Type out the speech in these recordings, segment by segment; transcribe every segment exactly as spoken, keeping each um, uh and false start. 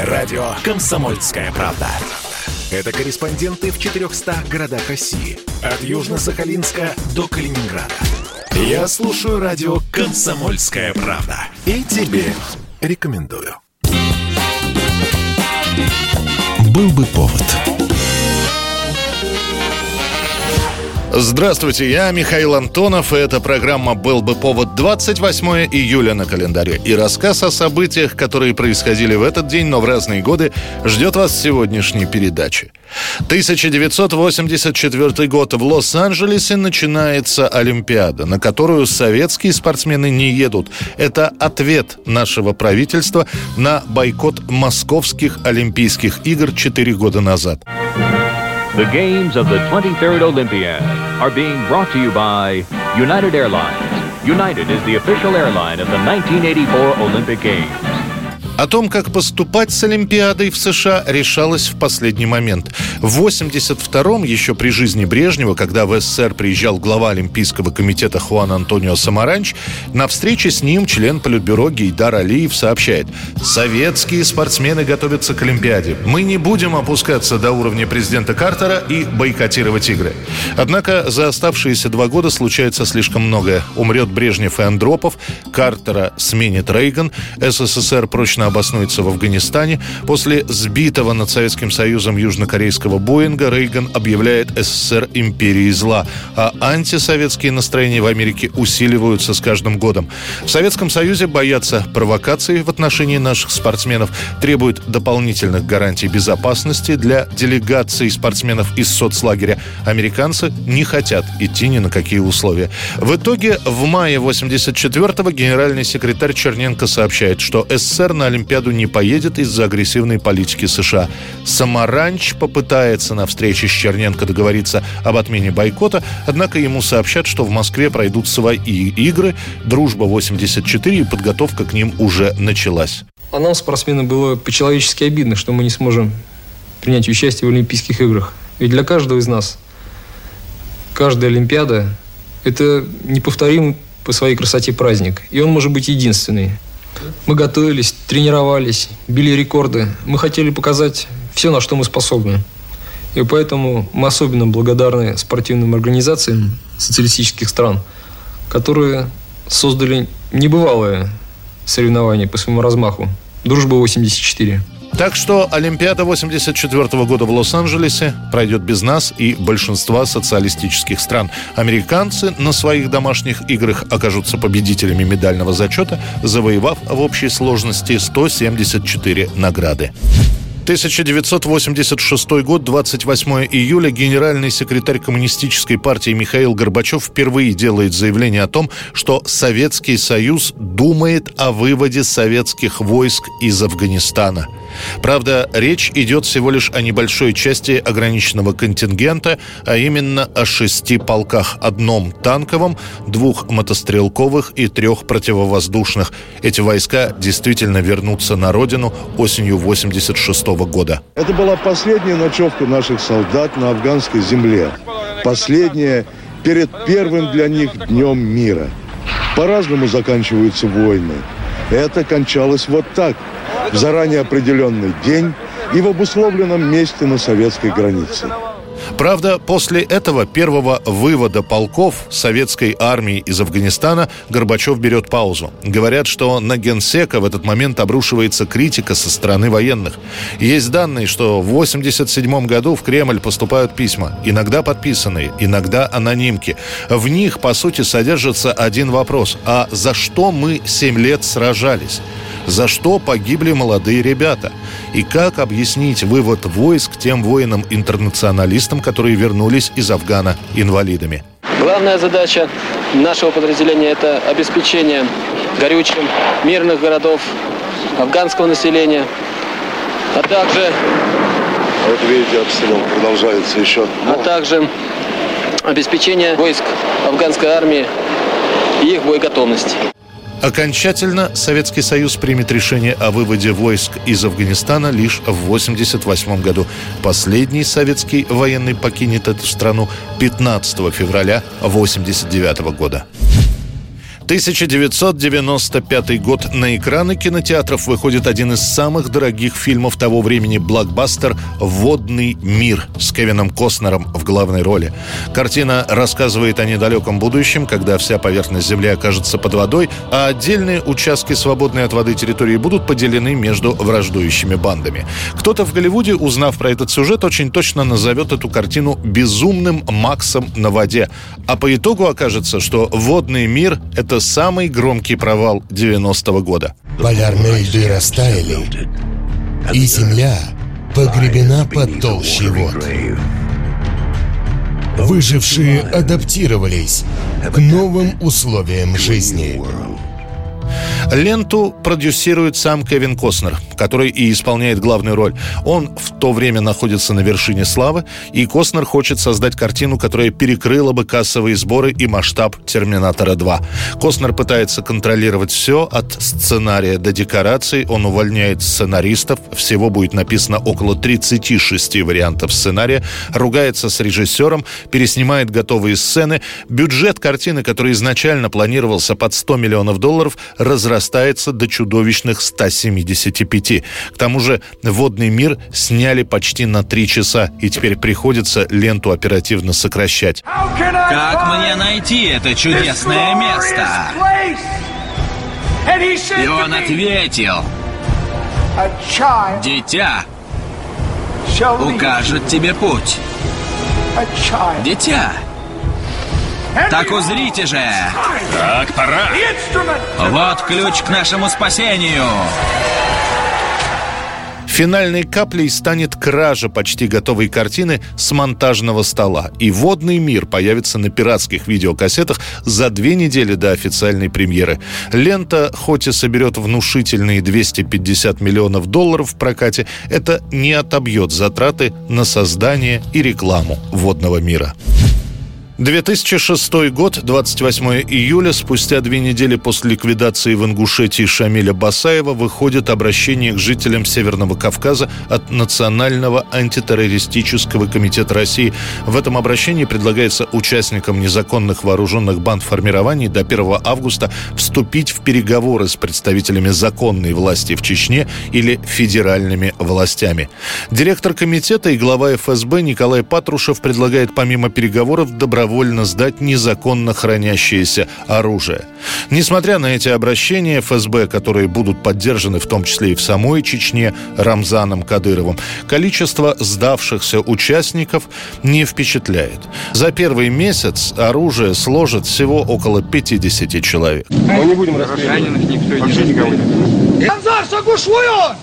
Радио «Комсомольская правда». Это корреспонденты в четырехстах городах России. От Южно-Сахалинска до Калининграда. Я слушаю радио «Комсомольская правда». И тебе рекомендую. Был бы повод. Здравствуйте, я Михаил Антонов, и эта программа «Был бы повод». Двадцать восьмое июля на календаре. И рассказ о событиях, которые происходили в этот день, но в разные годы, ждет вас в сегодняшней передаче. тысяча девятьсот восемьдесят четвёртый год. В Лос-Анджелесе начинается Олимпиада, на которую советские спортсмены не едут. Это ответ нашего правительства на бойкот московских Олимпийских игр четыре года назад. The games of the twenty-third Olympiad are being brought to you by United Airlines. United is the official airline of the nineteen eighty-four Olympic Games. О том, как поступать с Олимпиадой в США, решалось в последний момент. В восемьдесят втором, еще при жизни Брежнева, когда в СССР приезжал глава Олимпийского комитета Хуан Антонио Самаранч, на встрече с ним член Политбюро Гейдар Алиев сообщает: «Советские спортсмены готовятся к Олимпиаде. Мы не будем опускаться до уровня президента Картера и бойкотировать игры». Однако за оставшиеся два года случается слишком многое. Умрет Брежнев и Андропов, Картера сменит Рейган, СССР прочно обоснуется в Афганистане. После сбитого над Советским Союзом южнокорейского Боинга Рейган объявляет СССР империей зла, а антисоветские настроения в Америке усиливаются с каждым годом. В Советском Союзе боятся провокаций в отношении наших спортсменов, требуют дополнительных гарантий безопасности для делегаций спортсменов из соцлагеря. Американцы не хотят идти ни на какие условия. В итоге в мае восемьдесят четвёртого генеральный секретарь Черненко сообщает, что СССР на Олимпиаду не поедет из-за агрессивной политики США. Самаранч попытается на встрече с Черненко договориться об отмене бойкота, однако ему сообщат, что в Москве пройдут свои игры, «Дружба-восемьдесят четыре», и подготовка к ним уже началась. А нам, спортсменам, было по-человечески обидно, что мы не сможем принять участие в Олимпийских играх. Ведь для каждого из нас каждая Олимпиада – это неповторимый по своей красоте праздник, и он может быть единственный. Мы готовились, тренировались, били рекорды. Мы хотели показать все, на что мы способны. И поэтому мы особенно благодарны спортивным организациям социалистических стран, которые создали небывалые соревнования по своему размаху. «Дружба-восемьдесят четыре». Так что Олимпиада восемьдесят четвёртого года в Лос-Анджелесе пройдет без нас и большинства социалистических стран. Американцы на своих домашних играх окажутся победителями медального зачета, завоевав в общей сложности сто семьдесят четыре награды. тысяча девятьсот восемьдесят шестой год, двадцать восьмое июля, генеральный секретарь Коммунистической партии Михаил Горбачев впервые делает заявление о том, что Советский Союз думает о выводе советских войск из Афганистана. Правда, речь идет всего лишь о небольшой части ограниченного контингента, а именно о шести полках: одном танковом, двух мотострелковых и трех противовоздушных. Эти войска действительно вернутся на родину осенью восемьдесят шестого года. Это была последняя ночевка наших солдат на афганской земле. Последняя перед первым для них днем мира. По-разному заканчиваются войны. Это кончалось вот так, в заранее определенный день и в обусловленном месте на советской границе. Правда, после этого первого вывода полков советской армии из Афганистана Горбачев берет паузу. Говорят, что на генсека в этот момент обрушивается критика со стороны военных. Есть данные, что в восемьдесят седьмом году в Кремль поступают письма, иногда подписанные, иногда анонимки. В них, по сути, содержится один вопрос: а за что мы семь лет сражались? За что погибли молодые ребята? И как объяснить вывод войск тем воинам-интернационалистам, которые вернулись из Афгана инвалидами? Главная задача нашего подразделения – это обеспечение горючим мирных городов, афганского населения, а также, Вот видите, обстрел продолжается еще. а также обеспечение войск афганской армии и их боеготовности. Окончательно Советский Союз примет решение о выводе войск из Афганистана лишь в восемьдесят восьмом году. Последний советский военный покинет эту страну пятнадцатого февраля восемьдесят девятого года. тысяча девятьсот девяносто пятый год. На экраны кинотеатров выходит один из самых дорогих фильмов того времени — блокбастер «Водный мир» с Кевином Костнером в главной роли. Картина рассказывает о недалеком будущем, когда вся поверхность Земли окажется под водой, а отдельные участки свободной от воды территории будут поделены между враждующими бандами. Кто-то в Голливуде, узнав про этот сюжет, очень точно назовет эту картину «безумным Максом на воде». А по итогу окажется, что «Водный мир» — это самый громкий провал девяностого года. Полярные льды растаяли, и Земля погребена под толщей вод. Выжившие адаптировались к новым условиям жизни. Ленту продюсирует сам Кевин Костнер, который и исполняет главную роль. Он в то время находится на вершине славы, и Костнер хочет создать картину, которая перекрыла бы кассовые сборы и масштаб «Терминатора два». Костнер пытается контролировать все, от сценария до декораций. Он увольняет сценаристов. Всего будет написано около тридцати шести вариантов сценария. Ругается с режиссером, переснимает готовые сцены. Бюджет картины, который изначально планировался под сто миллионов долларов, разрастается до чудовищных ста семидесяти пяти. К тому же «Водный мир» сняли почти на три часа, и теперь приходится ленту оперативно сокращать. Как мне найти это чудесное место? И он ответил: дитя укажет тебе путь. Дитя. Так узрите же! Так, пора! Вот ключ к нашему спасению! Финальной каплей станет кража почти готовой картины с монтажного стола. И «Водный мир» появится на пиратских видеокассетах за две недели до официальной премьеры. Лента, хоть и соберет внушительные двести пятьдесят миллионов долларов в прокате, это не отобьет затраты на создание и рекламу «Водного мира». две тысячи шестой год, двадцать восьмого июля, спустя две недели после ликвидации в Ингушетии Шамиля Басаева, выходит обращение к жителям Северного Кавказа от Национального антитеррористического комитета России. В этом обращении предлагается участникам незаконных вооруженных бандформирований до первого августа вступить в переговоры с представителями законной власти в Чечне или федеральными властями. Директор комитета и глава эф эс бэ Николай Патрушев предлагает помимо переговоров добровольно вольно сдать незаконно хранящееся оружие. Несмотря на эти обращения эф эс бэ, которые будут поддержаны в том числе и в самой Чечне Рамзаном Кадыровым, количество сдавшихся участников не впечатляет. За первый месяц оружие сложит всего около пятидесяти человек. Мы не будем расстрелять. Раненых никто не ждет. Хамзар, Сагушвую!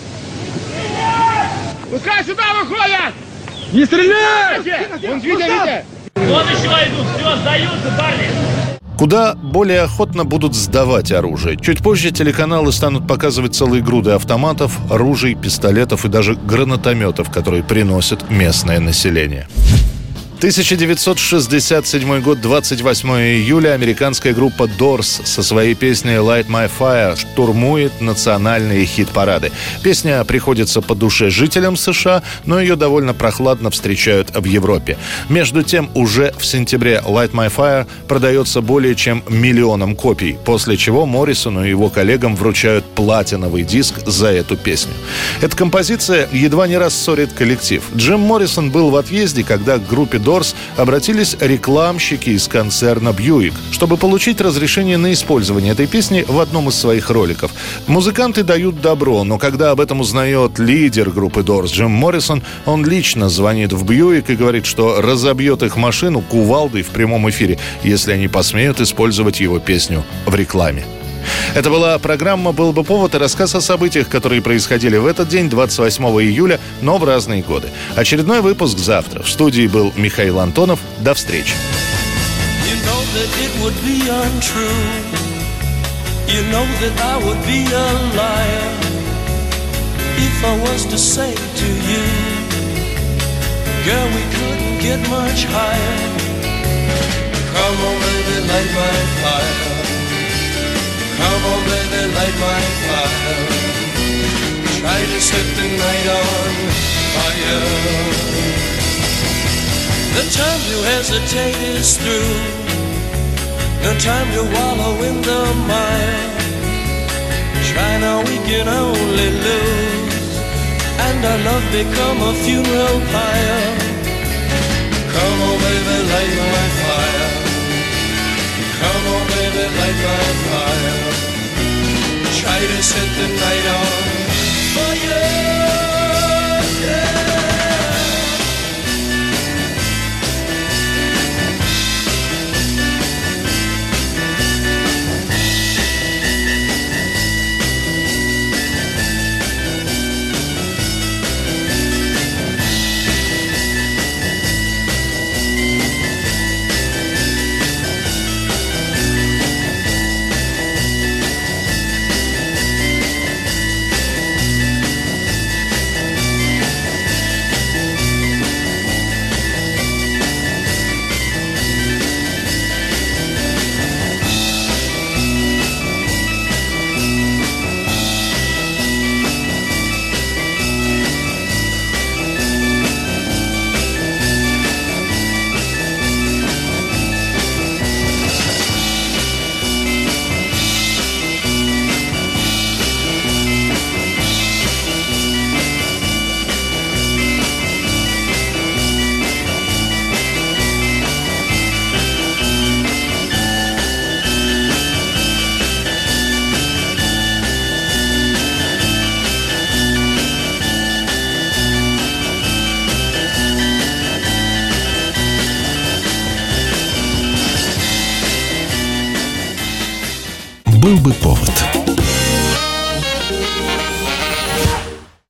Пускай сюда выходят! Не стреляй! Вон, Витя, Витя! Вон еще идут, все, сдаются, парни! Куда более охотно будут сдавать оружие. Чуть позже телеканалы станут показывать целые груды автоматов, ружей, пистолетов и даже гранатометов, которые приносит местное население. тысяча девятьсот шестьдесят седьмой год, двадцать восьмого июля, американская группа Doors со своей песней «Light My Fire» штурмует национальные хит-парады. Песня приходится по душе жителям США, но ее довольно прохладно встречают в Европе. Между тем, уже в сентябре «Light My Fire» продается более чем миллионом копий, после чего Моррисону и его коллегам вручают платиновый диск за эту песню. Эта композиция едва не рассорит коллектив. Джим Моррисон был в отъезде, когда к группе Doors обратились рекламщики из концерна Buick, чтобы получить разрешение на использование этой песни в одном из своих роликов. Музыканты дают добро, но когда об этом узнает лидер группы Doors Джим Моррисон, он лично звонит в Buick и говорит, что разобьет их машину кувалдой в прямом эфире, если они посмеют использовать его песню в рекламе. Это была программа «Был бы повод» и рассказ о событиях, которые происходили в этот день, двадцать восьмого июля, но в разные годы. Очередной выпуск завтра. В студии был Михаил Антонов. До встречи. Come on, baby, light my fire. Try to set the night on fire. The time to hesitate is through. no time to wallow in the mire. Try now, we can only lose, and our love become a funeral pyre. Come on, baby, light my fire. Come on, baby, light my fire. Try to set the night on fire. Был бы повод.